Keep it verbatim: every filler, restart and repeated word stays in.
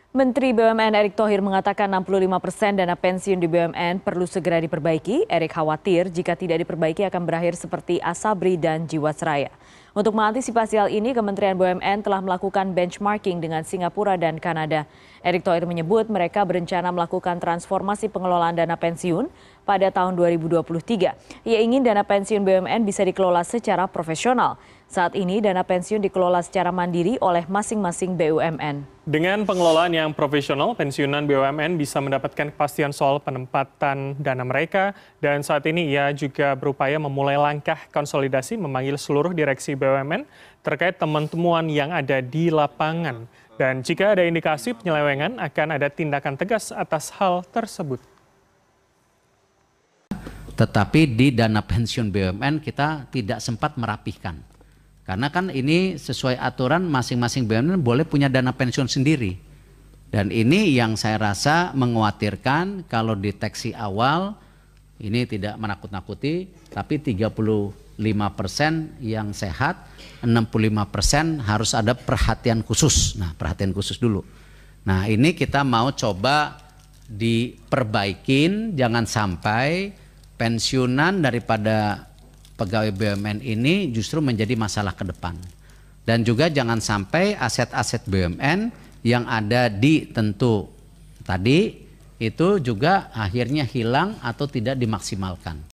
Menteri B U M N Erick Thohir mengatakan enam puluh lima persen dana pensiun di B U M N perlu segera diperbaiki. Erick khawatir jika tidak diperbaiki akan berakhir seperti Asabri dan Jiwasraya. Untuk mengantisipasi hal ini, Kementerian B U M N telah melakukan benchmarking dengan Singapura dan Kanada. Erick Thohir menyebut mereka berencana melakukan transformasi pengelolaan dana pensiun pada tahun dua ribu dua puluh tiga. Ia ingin dana pensiun B U M N bisa dikelola secara profesional. Saat ini dana pensiun dikelola secara mandiri oleh masing-masing B U M N. Dengan pengelolaan yang profesional, pensiunan B U M N bisa mendapatkan kepastian soal penempatan dana mereka. Dan saat ini ia juga berupaya memulai langkah konsolidasi memanggil seluruh direksi B U M N terkait temuan-temuan yang ada di lapangan. Dan jika ada indikasi penyelewengan, akan ada tindakan tegas atas hal tersebut. Tetapi di dana pensiun B U M N kita tidak sempat merapihkan. Karena kan ini sesuai aturan masing-masing B U M N boleh punya dana pensiun sendiri. Dan ini yang saya rasa mengkhawatirkan kalau deteksi awal ini tidak menakut-nakuti, tapi tiga puluh lima persen yang sehat, enam puluh lima persen harus ada perhatian khusus. Nah, perhatian khusus dulu. Nah, ini kita mau coba diperbaikin, jangan sampai pensiunan daripada pegawai B U M N ini justru menjadi masalah ke depan. Dan juga jangan sampai aset-aset B U M N yang ada di tentu tadi itu juga akhirnya hilang atau tidak dimaksimalkan.